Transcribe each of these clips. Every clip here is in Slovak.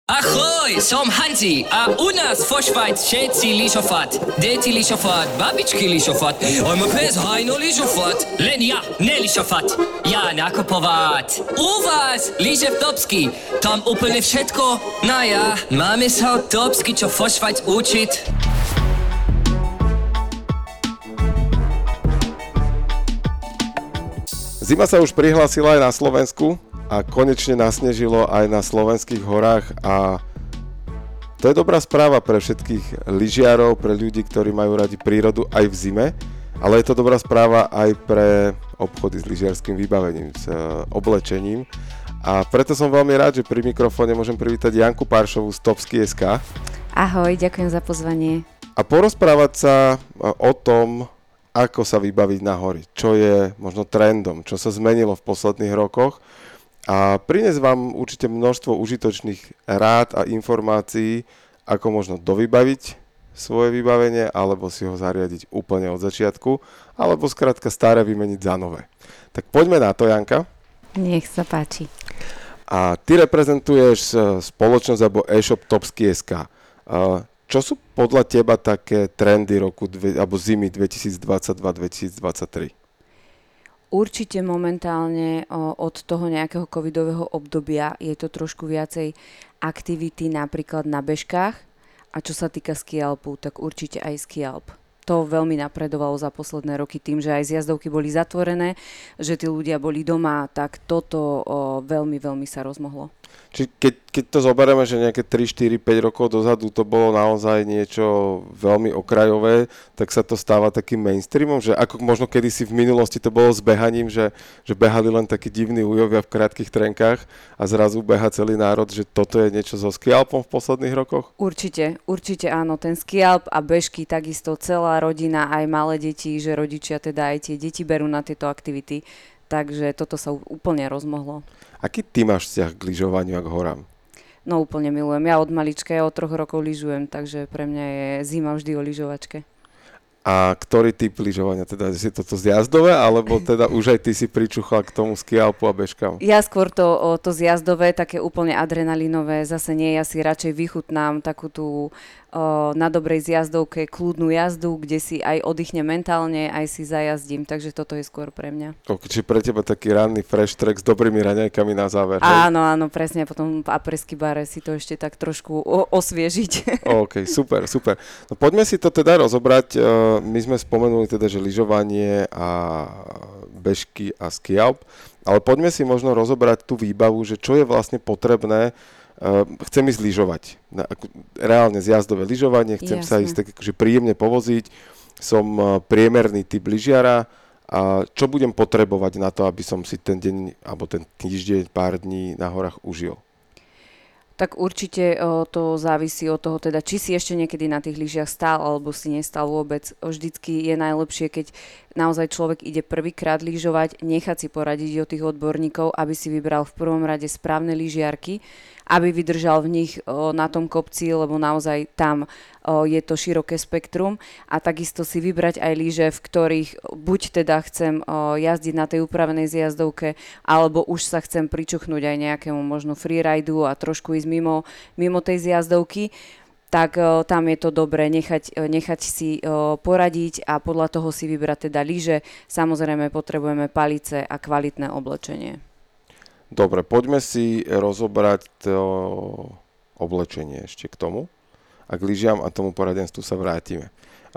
Ahoj, som Hanzi a u nás vo Švajc všetci lyžovať. Deti lyžovať, babičky lyžovať, aj môj pes Hajno lyžovať. Len ja nelyžovať, ja nakupovať. U vás lyže v Dobsky, tam úplne všetko. No ja, máme sa od Dobsky, čo vo Švajc učiť. Zima sa už prihlásila aj na Slovensku a konečne nasnežilo aj na slovenských horách a to je dobrá správa pre všetkých lyžiarov, pre ľudí, ktorí majú radi prírodu aj v zime, ale je to dobrá správa aj pre obchody s lyžiarským vybavením, s oblečením a preto som veľmi rád, že pri mikrofóne môžem privítať Janku Paršovú z Topsky.sk. Ahoj, ďakujem za pozvanie. A porozprávať sa o tom, ako sa vybaviť na hory, čo je možno trendom, čo sa zmenilo v posledných rokoch a priniesť vám určite množstvo užitočných rád a informácií, ako možno dovybaviť svoje vybavenie, alebo si ho zariadiť úplne od začiatku, alebo skrátka staré vymeniť za nové. Tak poďme na to, Janka. Nech sa páči. A ty reprezentuješ spoločnosť alebo e-shop Topsky.sk. Čo sú podľa teba také trendy roku alebo zimy 2022-2023? Určite momentálne od toho nejakého covidového obdobia je to trošku viacej aktivity napríklad na bežkách a čo sa týka skialpu, tak určite aj skialp. To veľmi napredovalo za posledné roky tým, že aj zjazdovky boli zatvorené, že tí ľudia boli doma, tak toto veľmi, veľmi sa rozmohlo. Čiže keď to zoberieme, že nejaké 3, 4, 5 rokov dozadu to bolo naozaj niečo veľmi okrajové, tak sa to stáva takým mainstreamom, že ako možno kedysi v minulosti to bolo s behaním, že behali len takí divní ujovia v krátkych trenkách a zrazu beha celý národ, že toto je niečo so skialpom v posledných rokoch? Určite áno, ten skialp a bežky, takisto celá rodina, aj malé deti, že rodičia teda aj tie deti berú na tieto aktivity, takže toto sa úplne rozmohlo. Aký ty máš vzťah k lyžovaniu a k horám? No úplne milujem. Ja od malička, ja od 3 rokov lyžujem, takže pre mňa je zima vždy o lyžovačke. A ktorý typ lyžovania? Teda si toto zjazdové, alebo teda už aj ty si pričuchal k tomu skialpu a bežkám? Ja skôr to zjazdové, také úplne adrenalinové, zase nie, ja si radšej vychutnám takú tú na dobrej zjazdovke kľudnú jazdu, kde si aj oddychnem mentálne, aj si zajazdím, takže toto je skôr pre mňa. Čiže pre teba taký ranný fresh track s dobrými raňajkami na záver. Áno, presne, potom v apresky bare si to ešte tak trošku osviežiť. OK, super. No poďme si to teda rozobrať. My sme spomenuli teda, že lyžovanie a bežky a skialp, ale poďme si možno rozobrať tú výbavu, že čo je vlastne potrebné. Chcem ísť lyžovať. Reálne zjazdové lyžovanie, chcem sa ísť tak akože príjemne povoziť. Som priemerný typ lyžiara a čo budem potrebovať na to, aby som si ten deň alebo ten týždeň, pár dní na horách užil? Tak určite to závisí od toho, teda, či si ešte niekedy na tých lyžiach stál alebo si nestal vôbec. Vždycky je najlepšie, keď naozaj človek ide prvýkrát lyžovať, nechať si poradiť od tých odborníkov, aby si vybral v prvom rade správne lyžiarky, aby vydržal v nich na tom kopci, lebo naozaj tam je to široké spektrum a takisto si vybrať aj lyže, v ktorých buď teda chcem jazdiť na tej upravenej zjazdovke, alebo už sa chcem pričuchnúť aj nejakému možno freeridu a trošku ísť mimo tej zjazdovky, tak tam je to dobré nechať si poradiť a podľa toho si vybrať teda lyže. Samozrejme potrebujeme palice a kvalitné oblečenie. Dobre, poďme si rozobrať to oblečenie ešte k tomu. A k lyžiam a tomu poradenstvu sa vrátime.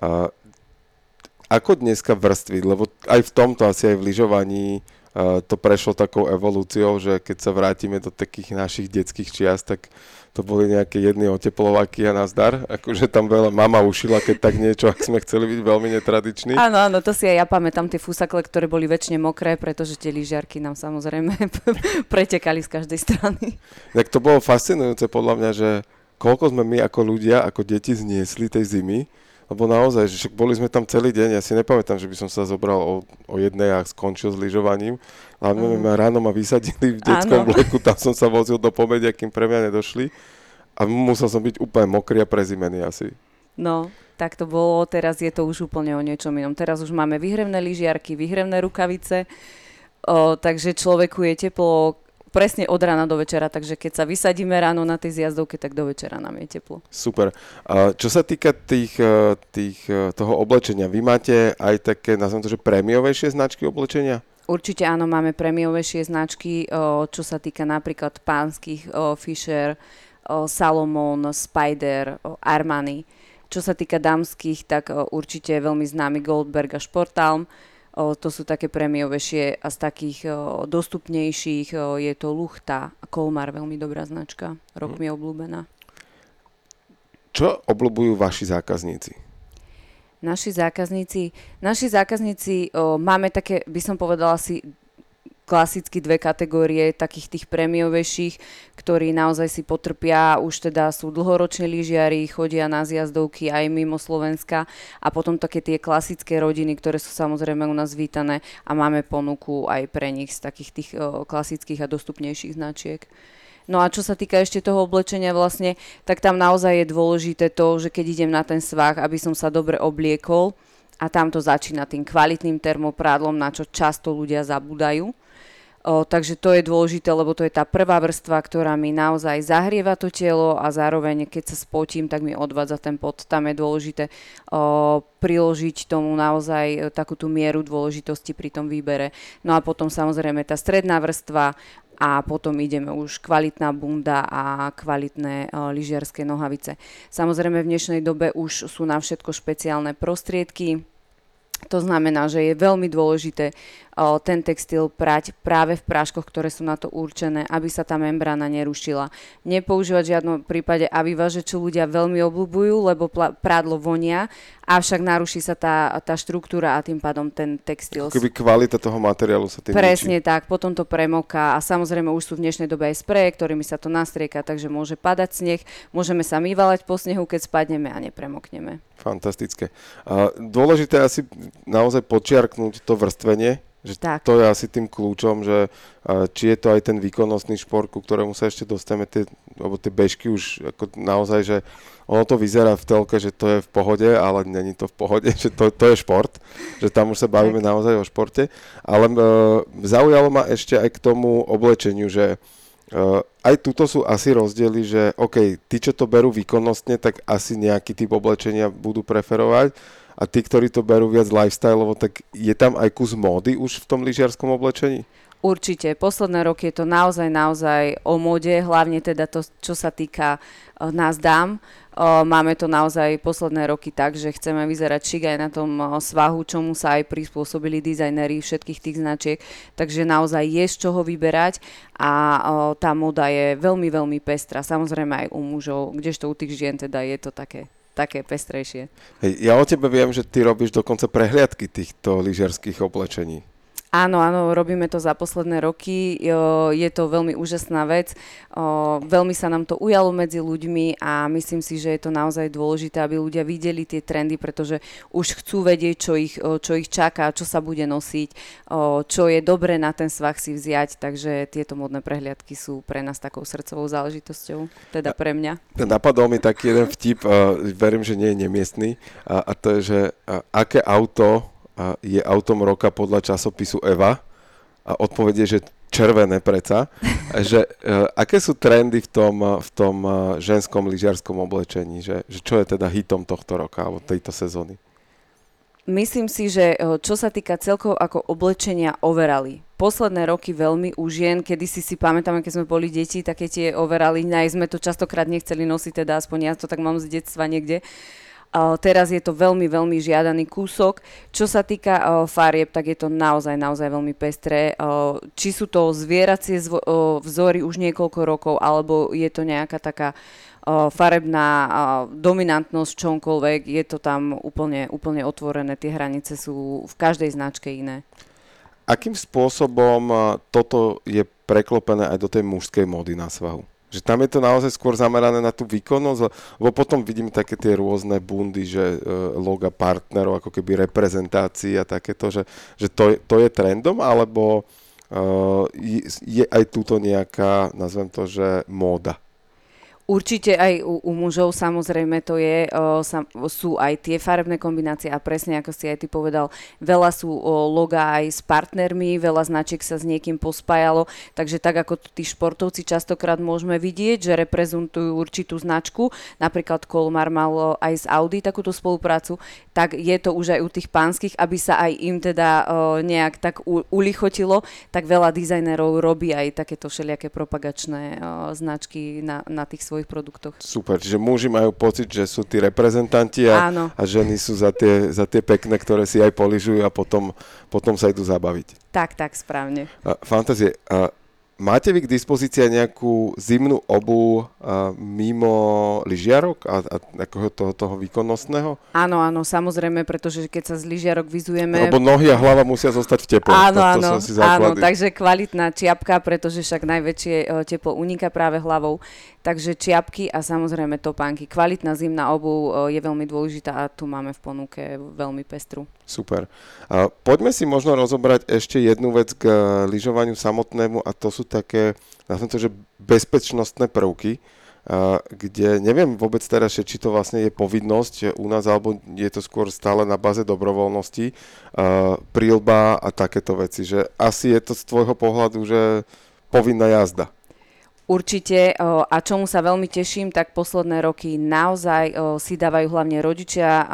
Ako dneska vrstviť? Lebo aj v tomto, asi aj v lyžovaní to prešlo takou evolúciou, že keď sa vrátime do takých našich detských čias, tak to boli nejaké jedny oteplovaky a nazdar. Akože tam veľa mama ušila, keď tak niečo, ak sme chceli byť veľmi netradiční. Áno, to si aj ja pamätám, tie fúsakle, ktoré boli väčšine mokré, pretože tie lyžiarky nám samozrejme pretekali z každej strany. Tak to bolo fascinujúce podľa mňa, že koľko sme my ako ľudia, ako deti zniesli tej zimy, lebo naozaj, že však boli sme tam celý deň, ja si nepamätám, že by som sa zobral o jednej a skončil s lyžovaním. Hlavne ráno ma vysadili v detskom vleku, tam som sa vozil do Pomedia, kým pre mňa nedošli a musel som byť úplne mokrý a prezimený asi. No, tak to bolo, teraz je to už úplne o niečom inom. Teraz už máme vyhrevné lyžiarky, vyhrevné rukavice, takže človeku je teplo presne od rána do večera, takže keď sa vysadíme ráno na tej zjazdovke, tak do večera nám je teplo. Super. Čo sa týka toho oblečenia, vy máte aj také, nazvem to, že prémiovejšie značky oblečenia? Určite áno, máme prémiovejšie značky, čo sa týka napríklad pánskych Fisher, Salomon, Spider, Armani. Čo sa týka dámskych, tak určite je veľmi známy Goldberg a Sportalm. To sú také prémiovejšie a z takých dostupnejších je to Luchta a Kolmar, veľmi dobrá značka, rokmi obľúbená. Čo obľúbujú vaši zákazníci? Naši zákazníci máme také, by som povedala si, klasicky dve kategórie takých tých prémiovejších, ktorí naozaj si potrpia, už teda sú dlhoroční lyžiari, chodia na zjazdovky aj mimo Slovenska a potom také tie klasické rodiny, ktoré sú samozrejme u nás vítané a máme ponuku aj pre nich z takých tých klasických a dostupnejších značiek. No a čo sa týka ešte toho oblečenia vlastne, tak tam naozaj je dôležité to, že keď idem na ten svah, aby som sa dobre obliekol a tam to začína tým kvalitným termoprádlom, na čo často ľudia zabúdajú. Takže to je dôležité, lebo to je tá prvá vrstva, ktorá mi naozaj zahrieva to telo a zároveň keď sa spotím, tak mi odvádza ten pot. Tam je dôležité priložiť tomu naozaj takú tú mieru dôležitosti pri tom výbere. No a potom samozrejme tá stredná vrstva a potom ideme už kvalitná bunda a kvalitné lyžiarske nohavice. Samozrejme v dnešnej dobe už sú na všetko špeciálne prostriedky. To znamená, že je veľmi dôležité ten textil prať práve v práškoch, ktoré sú na to určené, aby sa tá membrána nerušila. Nepoužívať v žiadnom prípade avivaže, čo ľudia veľmi obľúbujú, lebo prádlo vonia, avšak naruší sa tá štruktúra a tým pádom ten textil. Keby kvalita toho materiálu sa tým presne ničí. Tak, potom to premoká a samozrejme už sú v dnešnej dobe aj spreje, ktorými sa to nastrieka, takže môže padať sneh, môžeme sa mývalať po snehu, keď spadneme a nepremokneme. Fantastické. Dôležité asi naozaj počiarknúť to vrstvenie, že tak. To je asi tým kľúčom, že či je to aj ten výkonnostný šport, ku ktorému sa ešte dostaneme, lebo tie bežky už ako naozaj, že ono to vyzerá v telke, že to je v pohode, ale není to v pohode, že to je šport, že tam už sa bavíme tak. Naozaj o športe. Ale zaujalo ma ešte aj k tomu oblečeniu, že aj tuto sú asi rozdiely, že OK, tí, čo to berú výkonnostne, tak asi nejaký typ oblečenia budú preferovať a tí, ktorí to berú viac lifestyleovo, tak je tam aj kus módy už v tom lyžiarskom oblečení? Určite. Posledné roky je to naozaj o móde, hlavne teda to, čo sa týka nás dám. Máme to naozaj posledné roky tak, že chceme vyzerať šik aj na tom svahu, čomu sa aj prispôsobili dizajneri všetkých tých značiek. Takže naozaj je z čoho vyberať a tá móda je veľmi, veľmi pestrá. Samozrejme aj u mužov, kdežto u tých žien teda je to také pestrejšie. Hej, ja o tebe viem, že ty robíš dokonca prehliadky týchto lyžiarských oblečení. Áno, robíme to za posledné roky, je to veľmi úžasná vec, veľmi sa nám to ujalo medzi ľuďmi a myslím si, že je to naozaj dôležité, aby ľudia videli tie trendy, pretože už chcú vedieť, čo ich čaká, čo sa bude nosiť, čo je dobré na ten svah si vziať, takže tieto modné prehliadky sú pre nás takou srdcovou záležitosťou, teda pre mňa. Napadol mi taký jeden vtip, verím, že nie je nemiestny, a to je, že aké auto je autom roka podľa časopisu Eva a odpoveď je, že červené preca. Že, aké sú trendy v tom ženskom lyžiarskom oblečení? Že čo je teda hitom tohto roka alebo tejto sezóny? Myslím si, že čo sa týka celkovo ako oblečenia overally. Posledné roky veľmi u žien, kedysi si pamätáme, keď sme boli deti, také tie overally, sme to častokrát nechceli nosiť, teda aspoň ja to tak mám z detstva niekde. Teraz je to veľmi, veľmi žiadaný kúsok. Čo sa týka farieb, tak je to naozaj veľmi pestré. Či sú to zvieracie vzory už niekoľko rokov, alebo je to nejaká taká farebná dominantnosť čomkoľvek, je to tam úplne otvorené. Tie hranice sú v každej značke iné. Akým spôsobom toto je preklopené aj do tej mužskej módy na svahu? Že tam je to naozaj skôr zamerané na tú výkonnosť, lebo potom vidíme také tie rôzne bundy, že loga partnerov, ako keby reprezentácií a takéto, že to je trendom, alebo je aj túto nejaká, nazvem to, že móda? Určite aj u mužov samozrejme to je, sú aj tie farebné kombinácie a presne ako si aj ty povedal, veľa sú logá aj s partnermi, veľa značiek sa s niekým pospájalo, takže tak ako tí športovci častokrát môžeme vidieť, že reprezentujú určitú značku, napríklad Kolmar mal aj z Audi takúto spoluprácu, tak je to už aj u tých pánskych, aby sa aj im teda nejak tak ulichotilo, tak veľa dizajnerov robí aj takéto všelijaké propagačné značky na tých svojich produktoch. Super, čiže muži majú pocit, že sú tí reprezentanti a ženy sú za tie pekné, ktoré si aj poližujú a potom sa idú zabaviť. Tak, správne. Fantázie. Máte vy k dispozícii nejakú zimnú obuv mimo lyžiarok a toho výkonnostného? Áno, samozrejme, pretože keď sa z lyžiarok vyzujeme... Lebo nohy a hlava musia zostať v teple. Áno, takže kvalitná čiapka, pretože však najväčšie teplo uniká práve hlavou. Takže čiapky a samozrejme topánky. Kvalitná zimná obuv je veľmi dôležitá a tu máme v ponuke veľmi pestru. Super. Poďme si možno rozobrať ešte jednu vec k lyžovaniu samotnému a to sú také, nazvem to, že bezpečnostné prvky, kde neviem vôbec teraz, či to vlastne je povinnosť u nás, alebo je to skôr stále na báze dobrovoľnosti, príľba a takéto veci, že asi je to z tvojho pohľadu, že povinná jazda. Určite a čomu sa veľmi teším, tak posledné roky naozaj si dávajú hlavne rodičia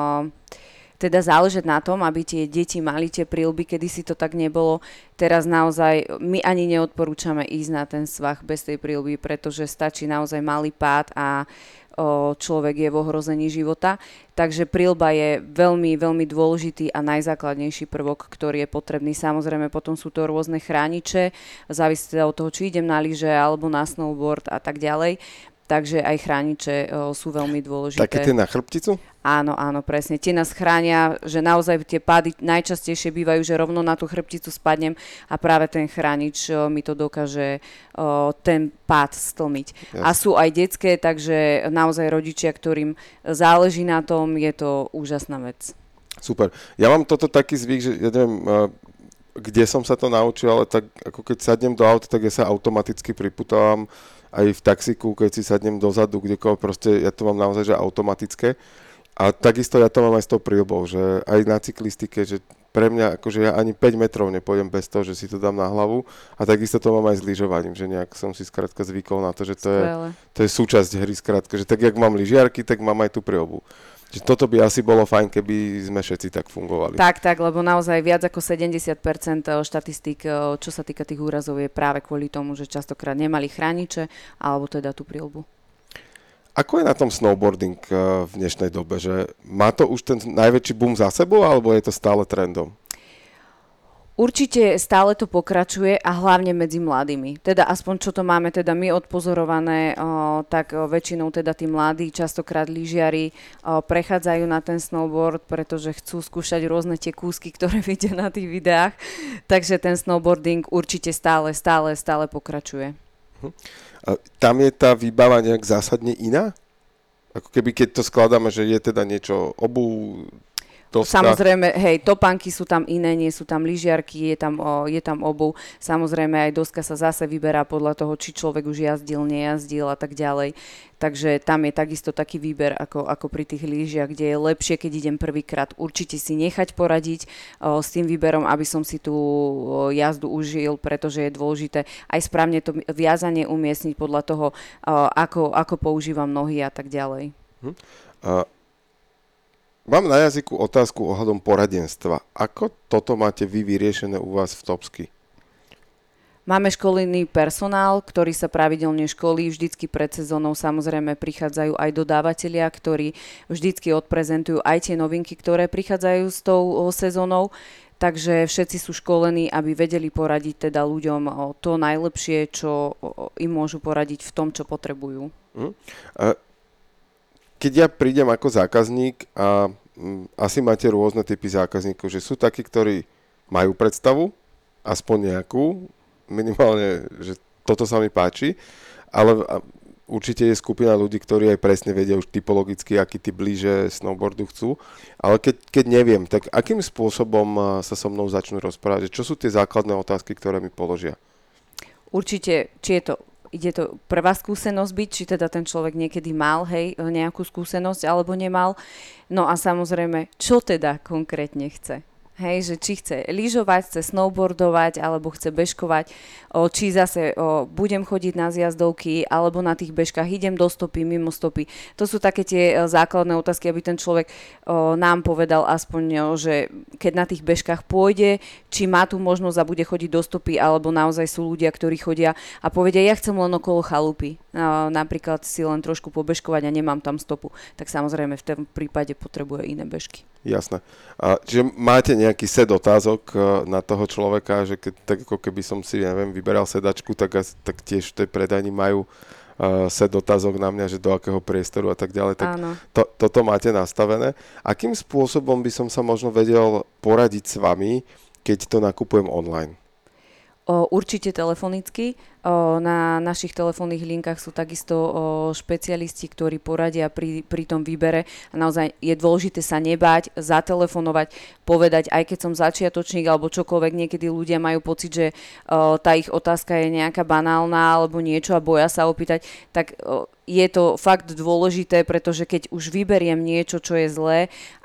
teda záležať na tom, aby tie deti mali tie príľby, kedy si to tak nebolo. Teraz naozaj my ani neodporúčame ísť na ten svah bez tej príľby, pretože stačí naozaj malý pád a človek je v ohrození života. Takže príľba je veľmi, veľmi dôležitý a najzákladnejší prvok, ktorý je potrebný. Samozrejme potom sú to rôzne chrániče, závisí teda od toho, či idem na lyže alebo na snowboard a tak ďalej. Takže aj chrániče sú veľmi dôležité. Také tie na chrbticu? Áno, presne. Tie nás chránia, že naozaj tie pády najčastejšie bývajú, že rovno na tú chrbticu spadnem a práve ten chránič mi to dokáže ten pád stlmiť. Yes. A sú aj detské, takže naozaj rodičia, ktorým záleží na tom, je to úžasná vec. Super. Ja mám toto taký zvyk, že ja neviem, kde som sa to naučil, ale tak ako keď sadnem do auta, tak ja sa automaticky priputávam aj v taxíku, keď si sadnem dozadu, kdekoľvek, proste ja to mám naozaj, že automatické. A takisto ja to mám aj s tou príľbou, že aj na cyklistike, že pre mňa, akože ja ani 5 metrov nepôjdem bez toho, že si to dám na hlavu a takisto to mám aj s lyžovaním, že nejak som si skrátka zvykol na to, že to je súčasť hry skrátka, že tak jak mám lyžiarky, tak mám aj tú príľbu. Že toto by asi bolo fajn, keby sme všetci tak fungovali. Tak, lebo naozaj viac ako 70% štatistík, čo sa týka tých úrazov, je práve kvôli tomu, že častokrát nemali chrániče alebo teda tú príľbu. Ako je na tom snowboarding v dnešnej dobe? Že má to už ten najväčší boom za sebou, alebo je to stále trendom? Určite stále to pokračuje a hlavne medzi mladými. Teda aspoň čo to máme teda my odpozorované, tak väčšinou teda tí mladí, častokrát lyžiari prechádzajú na ten snowboard, pretože chcú skúšať rôzne tie kúsky, ktoré vidia na tých videách. Takže ten snowboarding určite stále pokračuje. Tam je tá výbava nejak zásadne iná? Ako keby keď to skladáme, že je teda niečo obuv, doska. Samozrejme, topánky sú tam iné, nie sú tam lyžiarky, je tam obuv. Samozrejme aj doska sa zase vyberá podľa toho, či človek už jazdil, nejazdil a tak ďalej. Takže tam je takisto taký výber ako pri tých lyžiach, kde je lepšie, keď idem prvýkrát určite si nechať poradiť s tým výberom, aby som si tú jazdu užil, pretože je dôležité aj správne to viazanie umiestniť podľa toho, ako používam nohy a tak ďalej. Mám na jazyku otázku ohľadom poradenstva. Ako toto máte vy vyriešené u vás v Topsky? Máme školený personál, ktorý sa pravidelne školí. Vždycky pred sezónou samozrejme prichádzajú aj dodávateľia, ktorí vždycky odprezentujú aj tie novinky, ktoré prichádzajú s tou sezónou. Takže všetci sú školení, aby vedeli poradiť teda ľuďom to najlepšie, čo im môžu poradiť v tom, čo potrebujú. Keď ja prídem ako zákazník a asi máte rôzne typy zákazníkov, že sú takí, ktorí majú predstavu, aspoň nejakú, minimálne, že toto sa mi páči, ale určite je skupina ľudí, ktorí aj presne vedia už typologicky, aký typ lyže snowboardu chcú, ale keď neviem, tak akým spôsobom sa so mnou začnú rozprávať, čo sú tie základné otázky, ktoré mi položia? Určite, či je to ide to prvá skúsenosť byť, či teda ten človek niekedy mal, hej, nejakú skúsenosť alebo nemal. No a samozrejme, čo teda konkrétne chce. Hej, že či chce lyžovať, chce snowboardovať, alebo chce bežkovať, či zase budem chodiť na zjazdovky, alebo na tých bežkách idem do stopy, mimo stopy. To sú také tie základné otázky, aby ten človek nám povedal aspoň, že keď na tých bežkách pôjde, či má tu možnosť a bude chodiť do stopy, alebo naozaj sú ľudia, ktorí chodia a povedia, ja chcem len okolo chalupy, napríklad si len trošku pobežkovať a nemám tam stopu. Tak samozrejme v tom prípade potrebuje iné bežky. Jasné. Čiže máte nejaký set otázok na toho človeka, že tak ako keby som si, neviem, vyberal sedačku, tak tiež v tej predajni majú set otázok na mňa, že do akého priestoru a tak ďalej. Tak toto máte nastavené. Akým spôsobom by som sa možno vedel poradiť s vami, keď to nakupujem online? Určite telefonicky. Na našich telefónnych linkách sú takisto špecialisti, ktorí poradia pri tom výbere. A naozaj je dôležité sa nebáť, zatelefonovať, povedať, aj keď som začiatočník alebo čokoľvek, niekedy ľudia majú pocit, že tá ich otázka je nejaká banálna alebo niečo a boja sa opýtať, tak je to fakt dôležité, pretože keď už vyberiem niečo, čo je zlé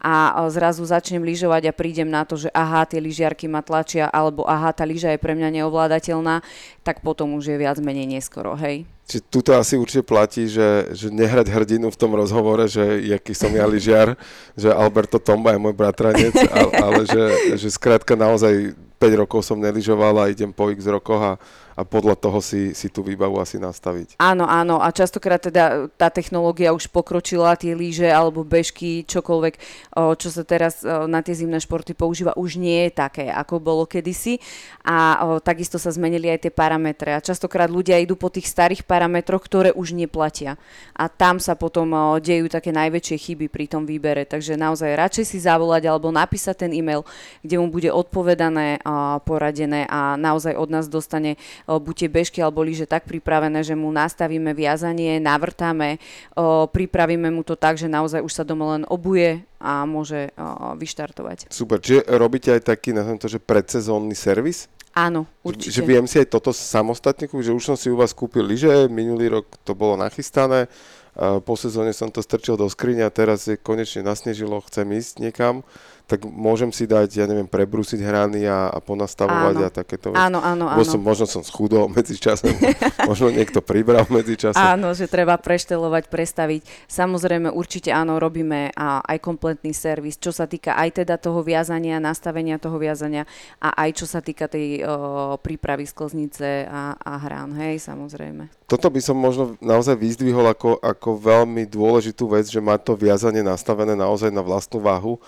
a zrazu začnem lyžovať a prídem na to, že aha, tie lyžiarky ma tlačia alebo aha, tá lyža je pre mňa neovládateľná, tak potom už je viac menej neskoro, hej. Čiže tuto asi určite platí, že nehrať hrdinu v tom rozhovore, že jaký som ja lyžiar, že Alberto Tomba je môj bratranec, ale že skrátka naozaj 5 rokov som nelyžoval a idem po x rokoch a podľa toho si tú výbavu asi nastaviť. Áno, a častokrát teda tá technológia už pokročila, tie lyže alebo bežky, čokoľvek, čo sa teraz na tie zimné športy používa, už nie je také, ako bolo kedysi a takisto sa zmenili aj tie parametre a častokrát ľudia idú po tých starých parametroch, ktoré už neplatia a tam sa potom dejú také najväčšie chyby pri tom výbere, takže naozaj radšej si zavolať alebo napísať ten e-mail, kde mu bude odpovedané, poradené a naozaj od nás dostane buď tie bežky alebo lyže tak pripravené, že mu nastavíme viazanie, navrtáme, pripravíme mu to tak, že naozaj už sa doma len obuje a môže vyštartovať. Super, čiže robíte aj taký, nazvem to, že predsezónny servis? Áno, určite. Že viem si aj toto samostatne kúpiť, že už som si u vás kúpil lyže, minulý rok to bolo nachystané, po sezóne som to strčil do skrine a teraz je konečne nasnežilo, chcem ísť niekam, tak môžem si dať, ja neviem, prebrúsiť hrany a ponastavovať a takéto veci. Áno. Možno som schudol medzi časom, možno niekto pribral medzi časom. Áno, že treba preštelovať, prestaviť. Samozrejme, určite áno, robíme aj kompletný servis, čo sa týka aj teda toho viazania, nastavenia toho viazania a aj čo sa týka tej prípravy sklznice a hrán, hej, samozrejme. Toto by som možno naozaj vyzdvihol ako veľmi dôležitú vec, že má to viazanie nastavené naozaj na vlastnú váhu.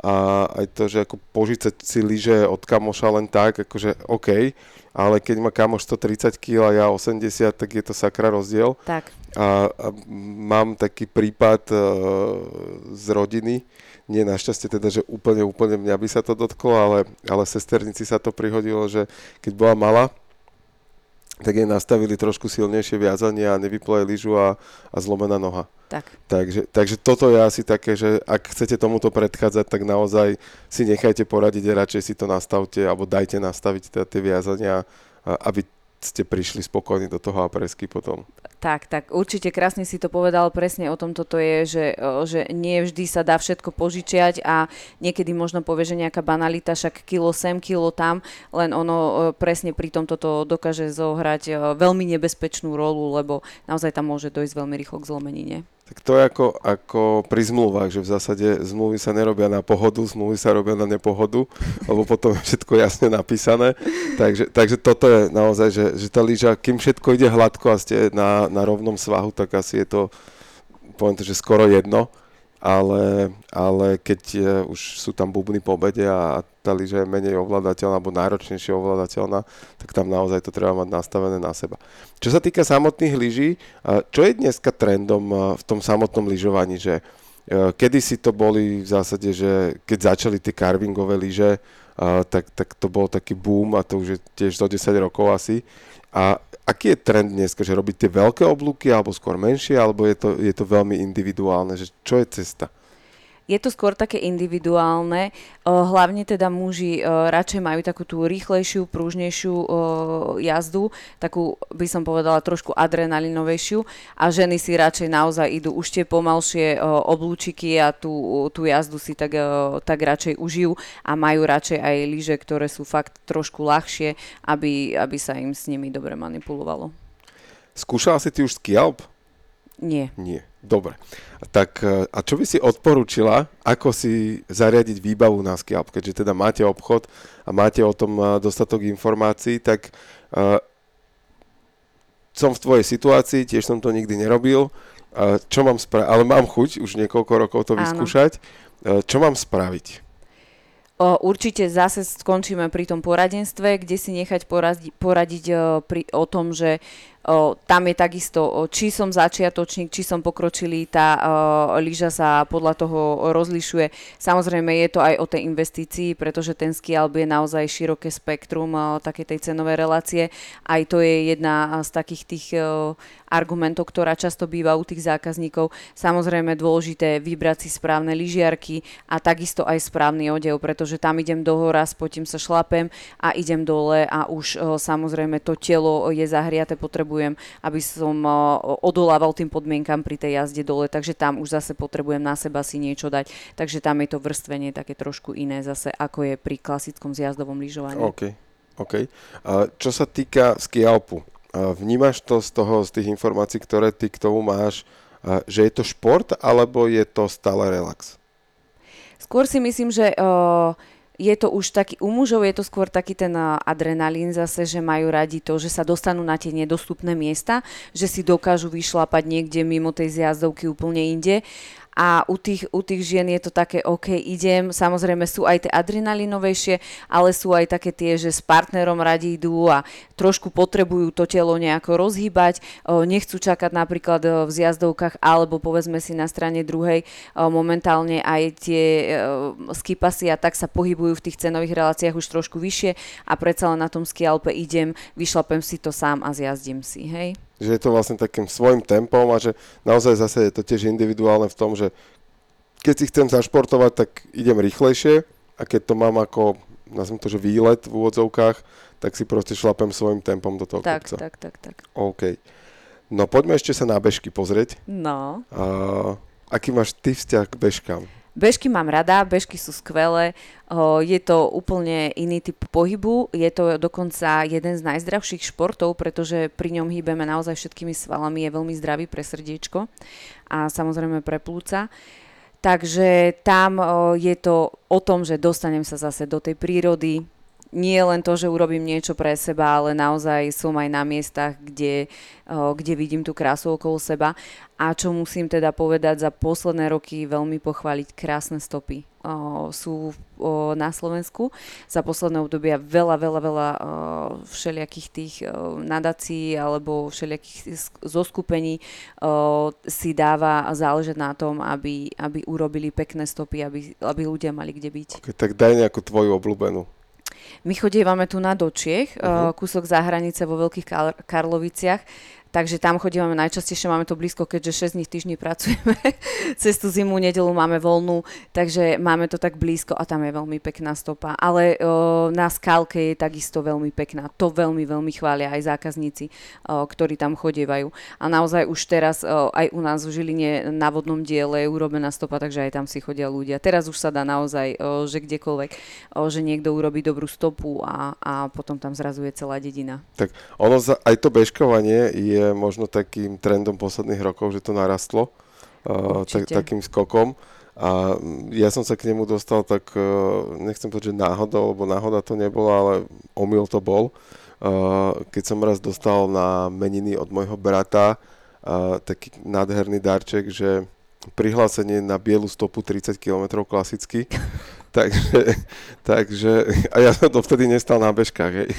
A aj to, že ako požičať si lyže od kamoša len tak, akože OK, ale keď má kamoš 130 kg a ja 80, tak je to sakra rozdiel. Tak. A mám taký prípad z rodiny, nie našťastie teda, že úplne mňa by sa to dotklo, ale sesternici sa to prihodilo, že keď bola malá, tak jej nastavili trošku silnejšie viazanie a nevyplo jej lyžu a zlomená noha. Tak. Takže toto je asi také, že ak chcete tomuto predchádzať, tak naozaj si nechajte poradiť a radšej si to nastavte alebo dajte nastaviť teda tie viazania, aby ste prišli spokojní do toho apresky potom. Tak, určite krásne si to povedal, presne o tom toto je, že nie vždy sa dá všetko požičiať a niekedy možno povie, že nejaká banalita, však kilo sem, kilo tam, len ono presne pri tom toto dokáže zohrať veľmi nebezpečnú rolu, lebo naozaj tam môže dojsť veľmi rýchlo k zlomenine. Tak to je ako pri zmluvách, že v zásade zmluvy sa nerobia na pohodu, zmluvy sa robia na nepohodu, lebo potom je všetko jasne napísané. Takže toto je naozaj, že tá lyža, kým všetko ide hladko a ste na rovnom svahu, tak asi je to, poviem to, že skoro jedno, ale keď už sú tam bubny po obede a tá lyža je menej ovládateľná alebo náročnejšie ovládateľná, tak tam naozaj to treba mať nastavené na seba. Čo sa týka samotných lyží, čo je dneska trendom v tom samotnom lyžovaní, že kedysi to boli v zásade, že keď začali tie carvingové lyže, tak to bol taký boom a to už je tiež do 10 rokov asi. A aký je trend dneska, že robiť tie veľké oblúky alebo skôr menšie, alebo je to veľmi individuálne, že čo je cesta? Je to skôr také individuálne, hlavne teda muži radšej majú takú tú rýchlejšiu, prúžnejšiu jazdu, takú by som povedala trošku adrenalinovejšiu a ženy si radšej naozaj idú už tie pomalšie oblúčiky a tú jazdu si tak radšej užijú a majú radšej aj lyže, ktoré sú fakt trošku ľahšie, aby sa im s nimi dobre manipulovalo. Skúšala si ty už ski alp? Nie. Nie. Dobre. Tak a čo by si odporúčila, ako si zariadiť výbavu na ski alp? Keďže teda máte obchod a máte o tom dostatok informácií, tak som v tvojej situácii, tiež som to nikdy nerobil. Čo mám spraviť? Ale mám chuť už niekoľko rokov to vyskúšať. Čo mám spraviť? Určite zase skončíme pri tom poradenstve, kde si nechať poradiť o tom, že tam je takisto, či som začiatočník, či som pokročilý, tá lyža sa podľa toho rozlišuje. Samozrejme je to aj o tej investícii, pretože ten ski alp je naozaj široké spektrum takej tej cenovej relácie. Aj to je jedna z takých tých argumentov, ktorá často býva u tých zákazníkov. Samozrejme dôležité vybrať si správne lyžiarky a takisto aj správny odev, pretože tam idem do hora, spotím sa, šlapem a idem dole a už samozrejme to telo je zahriate, potrebujem, aby som odolával tým podmienkam pri tej jazde dole, takže tam už zase potrebujem na seba si niečo dať, takže tam je to vrstvenie také trošku iné zase, ako je pri klasickom zjazdovom lyžovaní. OK. Čo sa týka ski alpu, vnímaš to z tých informácií, ktoré ty k tomu máš, že je to šport, alebo je to stále relax? Skôr si myslím, že je to už taký, u mužov je to skôr taký ten adrenalín zase, že majú radi to, že sa dostanú na tie nedostupné miesta, že si dokážu vyšlapať niekde mimo tej zjazdovky úplne inde. A u tých žien je to také, OK, idem, samozrejme sú aj tie adrenalinovejšie, ale sú aj také tie, že s partnerom radi idú a trošku potrebujú to telo nejako rozhýbať, nechcú čakať napríklad v zjazdovkách, alebo povedzme si na strane druhej, momentálne aj tie skipasy a tak sa pohybujú v tých cenových reláciách už trošku vyššie a predsa len na tom ski alpe idem, vyšlapem si to sám a zjazdím si, hej? Že je to vlastne takým svojím tempom a že naozaj zase je to tiež individuálne v tom, že keď si chcem zašportovať, tak idem rýchlejšie a keď to mám ako, nazviem to, že výlet v úvodzovkách, tak si proste šlapem svojím tempom do toho kopca. Tak. OK. No poďme ešte sa na bežky pozrieť. No. Aký máš ty vzťah k bežkám? Bežky mám rada, bežky sú skvelé, je to úplne iný typ pohybu, je to dokonca jeden z najzdravších športov, pretože pri ňom hýbeme naozaj všetkými svalami, je veľmi zdravý pre srdiečko a samozrejme pre plúca. Takže tam je to o tom, že dostanem sa zase do tej prírody, nie len to, že urobím niečo pre seba, ale naozaj som aj na miestach, kde vidím tú krásu okolo seba. A čo musím teda povedať, za posledné roky veľmi pochváliť, krásne stopy sú na Slovensku. Za posledné obdobia veľa všelijakých tých nadácií alebo všelijakých zoskupení si dáva záležať na tom, aby urobili pekné stopy, aby ľudia mali kde byť. Okay, tak daj nejakú tvoju obľúbenú. My chodívame tu na Dočiech, kúsok za hranice vo Veľkých Karloviciach, takže tam chodívame najčastejšie, máme to blízko, keďže 6 dní v týždni pracujeme, cez tú zimu, nedeľu máme voľnú, takže máme to tak blízko a tam je veľmi pekná stopa. Ale na Skalke je takisto veľmi pekná, to veľmi chvália aj zákazníci, ktorí tam chodievajú. A naozaj už teraz aj u nás v Žiline na vodnom diele je urobená stopa, takže aj tam si chodia ľudia. Teraz už sa dá naozaj, že kdekoľvek, že niekto urobí dobrú stopu a potom tam zrazu je celá dedina. Tak ono aj to bežkovanie je možno takým trendom posledných rokov, že to narastlo takým skokom a ja som sa k nemu dostal tak, nechcem povedať, že náhodou, lebo náhoda to nebola, ale omyl to bol. Keď som raz dostal na meniny od môjho brata taký nádherný darček, že prihlásenie na bielu stopu 30 km klasicky. takže a ja som dovtedy nestal na bežkách, hej.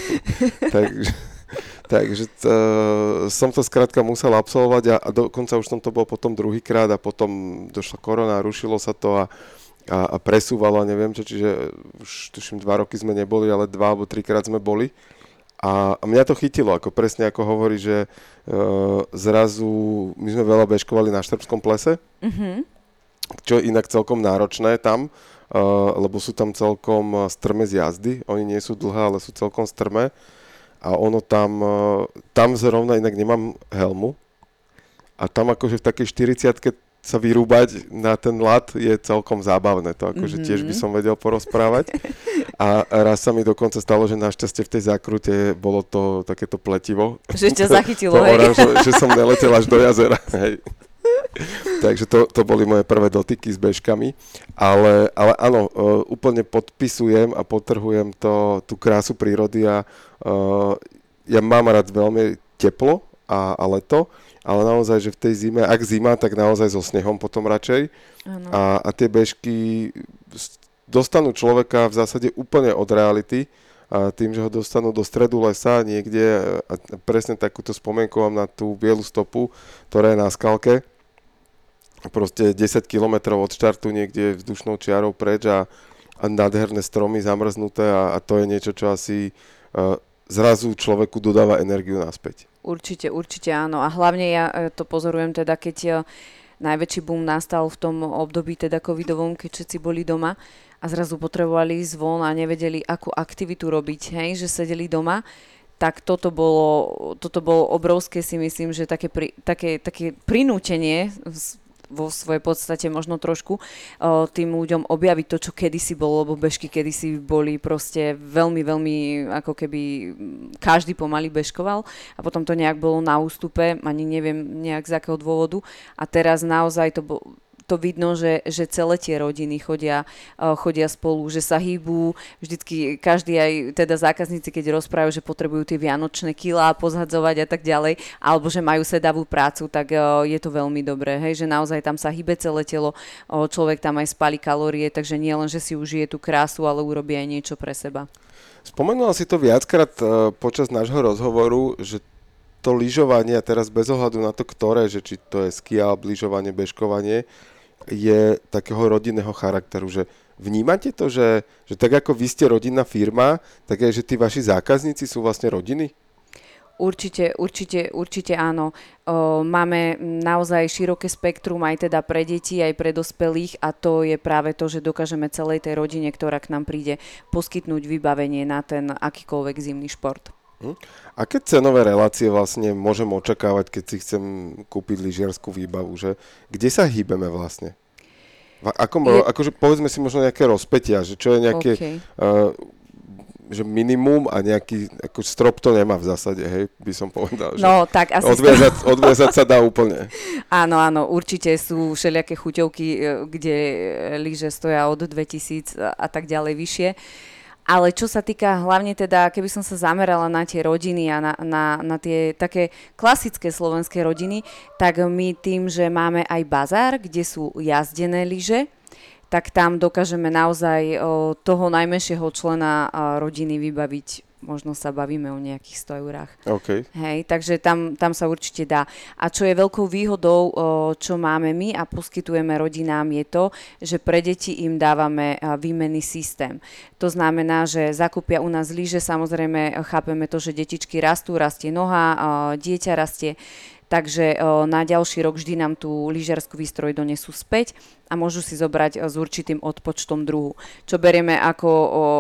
Takže som to skrátka musel absolvovať a dokonca už som to bol potom druhýkrát a potom došla korona, rušilo sa to a presúvalo a neviem čo, čiže už tuším 2 roky sme neboli, ale 2 alebo 3 krát sme boli a mňa to chytilo, ako presne ako hovorí, že zrazu my sme veľa bežkovali na Štrbskom plese čo je inak celkom náročné tam, lebo sú tam celkom strmé z jazdy. Oni nie sú dlhé, ale sú celkom strmé. A ono tam zrovna inak nemám helmu. A tam akože v takej 40-ke sa vyrúbať na ten ľad je celkom zábavné. To akože tiež by som vedel porozprávať. A raz sa mi dokonca stalo, že našťastie v tej zákrute bolo to takéto pletivo. Že ťa zachytilo, hej. Oranžové, že som neletel až do jazera. Hej. Takže to boli moje prvé dotyky s bežkami. Ale áno, úplne podpisujem a podtrhujem tú krásu prírody a ja mám rád veľmi teplo a leto, ale naozaj, že v tej zime, ak zima, tak naozaj so snehom potom radšej. A tie bežky dostanú človeka v zásade úplne od reality, a tým, že ho dostanú do stredu lesa niekde a presne takúto spomienku mám na tú bielu stopu, ktorá je na skalke. Proste 10 kilometrov od štartu niekde vzdušnou čiarou preč a nádherné stromy zamrznuté a to je niečo, čo asi zrazu človeku dodáva energiu naspäť. Určite áno. A hlavne ja to pozorujem teda, keď najväčší boom nastal v tom období teda covidovom, keď všetci boli doma a zrazu potrebovali ísť von a nevedeli, akú aktivitu robiť, hej, že sedeli doma, tak toto bolo obrovské, si myslím, že také prinútenie vo svojej podstate možno trošku tým ľuďom objaviť to, čo kedysi bolo, lebo bežky kedysi boli proste veľmi, veľmi, ako keby každý pomaly bežkoval a potom to nejak bolo na ústupe, ani neviem nejak z akého dôvodu a teraz naozaj to vidno, že celé tie rodiny chodia spolu, že sa hýbu, vždycky každý aj teda zákazníci, keď rozprávajú, že potrebujú tie vianočné kilá pozhadzovať a tak ďalej, alebo že majú sedavú prácu, tak je to veľmi dobré, hej, že naozaj tam sa hýbe celé telo, človek tam aj spálí kalórie, takže nie len, že si užije tú krásu, ale urobí aj niečo pre seba. Spomenula si to viackrát počas nášho rozhovoru, že to lyžovanie, a teraz bez ohľadu na to, ktoré, že či to je ski-alp, lyžovanie, bežkovanie, je takého rodinného charakteru, že vnímate to, že tak ako vy ste rodinná firma, tak aj, že tí vaši zákazníci sú vlastne rodiny? Určite áno. Máme naozaj široké spektrum aj teda pre deti, aj pre dospelých a to je práve to, že dokážeme celej tej rodine, ktorá k nám príde, poskytnúť vybavenie na ten akýkoľvek zimný šport. Aké cenové relácie vlastne môžem očakávať, keď si chcem kúpiť lyžiarsku výbavu? Že kde sa hýbeme vlastne? Akože povedzme si možno nejaké rozpätia, že čo je nejaké že minimum a nejaký ako strop to nemá v zásade, hej, by som povedal. Že no, tak asi odviazať sa dá úplne. Áno, určite sú všelijaké chuťovky, kde lyže stoja od 2000 a tak ďalej vyššie. Ale čo sa týka hlavne teda, keby som sa zamerala na tie rodiny a na tie také klasické slovenské rodiny, tak my tým, že máme aj bazár, kde sú jazdené lyže, tak tam dokážeme naozaj toho najmenšieho člena rodiny vybaviť. Možno sa bavíme o nejakých 100 eurách. Okay. Hej, takže tam sa určite dá. A čo je veľkou výhodou, čo máme my a poskytujeme rodinám, je to, že pre deti im dávame výmenný systém. To znamená, že zakúpia u nás lyže, samozrejme chápeme to, že detičky rastú, rastie noha, dieťa rastie, takže na ďalší rok vždy nám tú lyžiarsku výstroj donesú späť a môžu si zobrať s určitým odpočtom druhu. Čo berieme ako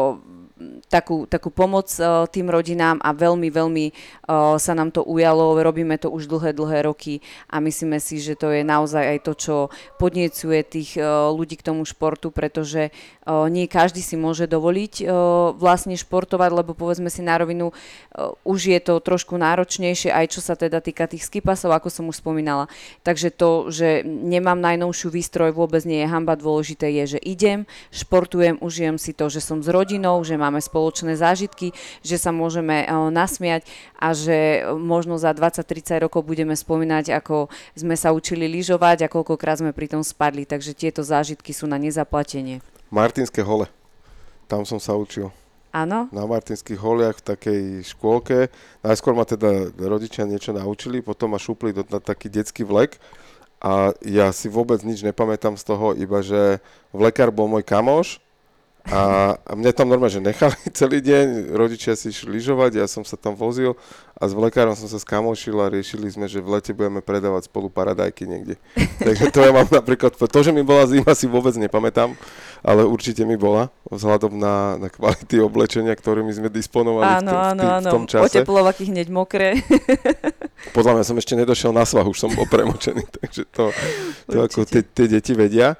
takú pomoc tým rodinám a veľmi, veľmi sa nám to ujalo, robíme to už dlhé roky a myslíme si, že to je naozaj aj to, čo podniecuje tých ľudí k tomu športu, pretože nie každý si môže dovoliť vlastne športovať, lebo povedzme si na rovinu, už je to trošku náročnejšie, aj čo sa teda týka tých skipasov, ako som už spomínala. Takže to, že nemám najnovšiu výstroj, vôbec nie je hanba, dôležité je, že idem, športujem, užijem si to, že som s rodinou, že máme spoločné zážitky, že sa môžeme nasmiať a že možno za 20-30 rokov budeme spomínať, ako sme sa učili lyžovať a koľkokrát sme pri tom spadli. Takže tieto zážitky sú na nezaplatenie. Martinské hole. Tam som sa učil. Áno? Na Martinských holiach v takej škôlke. Najskôr ma teda rodičia niečo naučili, potom ma šupli na taký detský vlek a ja si vôbec nič nepamätám z toho, iba že vlekár bol môj kamoš A mňa tam normálne, že nechali celý deň, rodičia si išli lyžovať, ja som sa tam vozil a s vlekárom som sa skamošil a riešili sme, že v lete budeme predávať spolu paradajky niekde. Takže to ja mám napríklad, to, že mi bola zima, si vôbec nepamätám, ale určite mi bola, vzhľadom na kvality oblečenia, ktorými sme disponovali v tom čase. Oteplovaky hneď mokré. Podľa mňa som ešte nedošiel na svah, už som bol premočený, takže to ako tie deti vedia.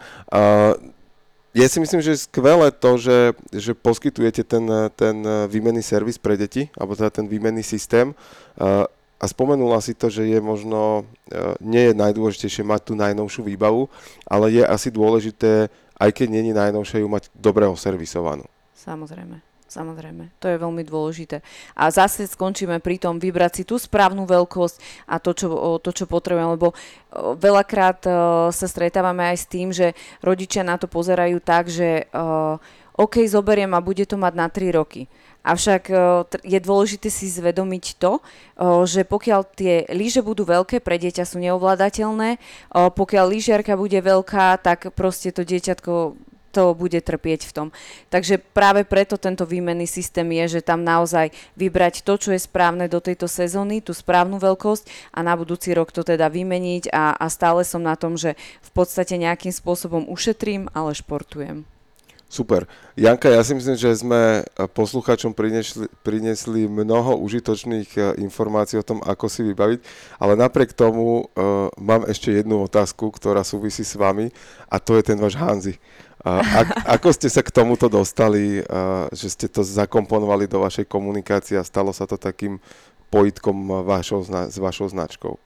Ja si myslím, že je skvelé to, že poskytujete ten výmenný servis pre deti, alebo teda ten výmenný systém. A spomenula si to, že je možno, nie je najdôležitejšie mať tú najnovšiu výbavu, ale je asi dôležité, aj keď nie je najnovšie, ju mať dobre servisovanú. Samozrejme, to je veľmi dôležité. A zase skončíme pri tom vybrať si tú správnu veľkosť a to, čo potrebujeme, lebo veľakrát sa stretávame aj s tým, že rodičia na to pozerajú tak, že OK, zoberiem a bude to mať na 3 roky. Avšak je dôležité si zvedomiť to, že pokiaľ tie lyže budú veľké, pre dieťa sú neovládateľné, pokiaľ lyžiarka bude veľká, tak proste to dieťatko to bude trpieť v tom. Takže práve preto tento výmenný systém je, že tam naozaj vybrať to, čo je správne do tejto sezóny, tú správnu veľkosť a na budúci rok to teda vymeniť a stále som na tom, že v podstate nejakým spôsobom ušetrím, ale športujem. Super. Janka, ja si myslím, že sme poslucháčom priniesli mnoho užitočných informácií o tom, ako si vybaviť, ale napriek tomu mám ešte jednu otázku, ktorá súvisí s vami a to je ten váš Hanzi. Ako ste sa k tomuto dostali, že ste to zakomponovali do vašej komunikácie a stalo sa to takým pojitkom s vašou značkou?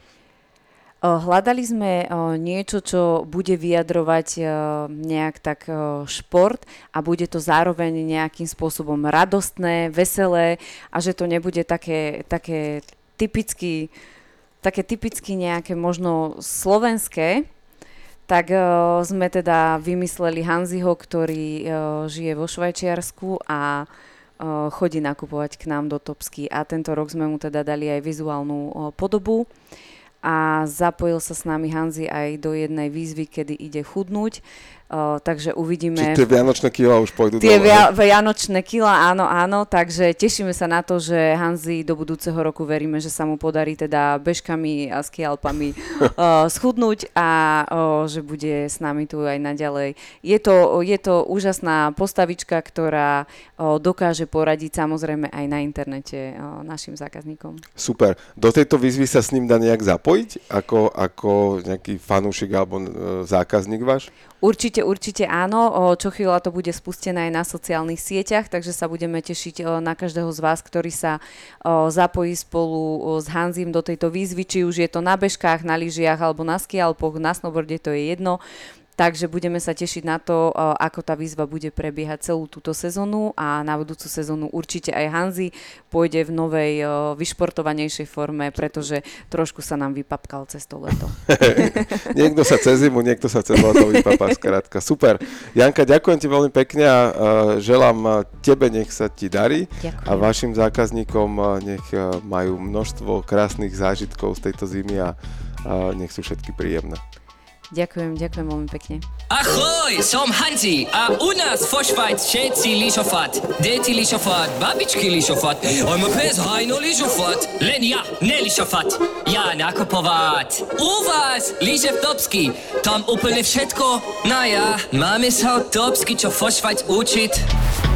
Hľadali sme niečo, čo bude vyjadrovať nejak tak šport a bude to zároveň nejakým spôsobom radostné, veselé a že to nebude také typicky nejaké možno slovenské. Tak sme teda vymysleli Hanziho, ktorý žije vo Švajčiarsku a chodí nakupovať k nám do Topsky. A tento rok sme mu teda dali aj vizuálnu podobu. A zapojil sa s nami Hanzi aj do jednej výzvy, kedy ide chudnúť. Takže uvidíme... Čiže tie vianočné kila už pôjdu dole. Tie vianočné kila, áno, takže tešíme sa na to, že Hanzi do budúceho roku veríme, že sa mu podarí teda bežkami a skialpami schudnúť a že bude s nami tu aj naďalej. Je to úžasná postavička, ktorá dokáže poradiť samozrejme aj na internete našim zákazníkom. Super. Do tejto výzvy sa s ním dá nejak zapojiť ako nejaký fanúšik alebo zákazník váš? Určite áno, čo chvíľa to bude spustené aj na sociálnych sieťach, takže sa budeme tešiť na každého z vás, ktorý sa zapojí spolu s Hanzim do tejto výzvy, či už je to na bežkách, na lyžiach alebo na skialpoch, na snowboarde, to je jedno. Takže budeme sa tešiť na to, ako tá výzva bude prebiehať celú túto sezónu a na budúcu sezónu určite aj Hanzi pôjde v novej vyšportovanejšej forme, pretože trošku sa nám vypapkal cez to leto. Niekto sa cez zimu, niekto sa cez leto vypapá, skrátka. Super. Janka, ďakujem ti veľmi pekne a želám tebe, nech sa ti darí. Ďakujem. A vašim zákazníkom nech majú množstvo krásnych zážitkov z tejto zimy a nech sú všetky príjemné. Ďakujem veľmi pekne. Ahoj, som Hanzi a u nás vo Švajc všetci lyžovať. Deti lyžovať, babičky lyžovať, aj môj pes Hajno lyžovať, len ja nelyžovať. Ja nakupovať. U vás lyže v Topsky, tam úplne všetko. No ja, máme sa od Topsky, čo vo Švajc učiť.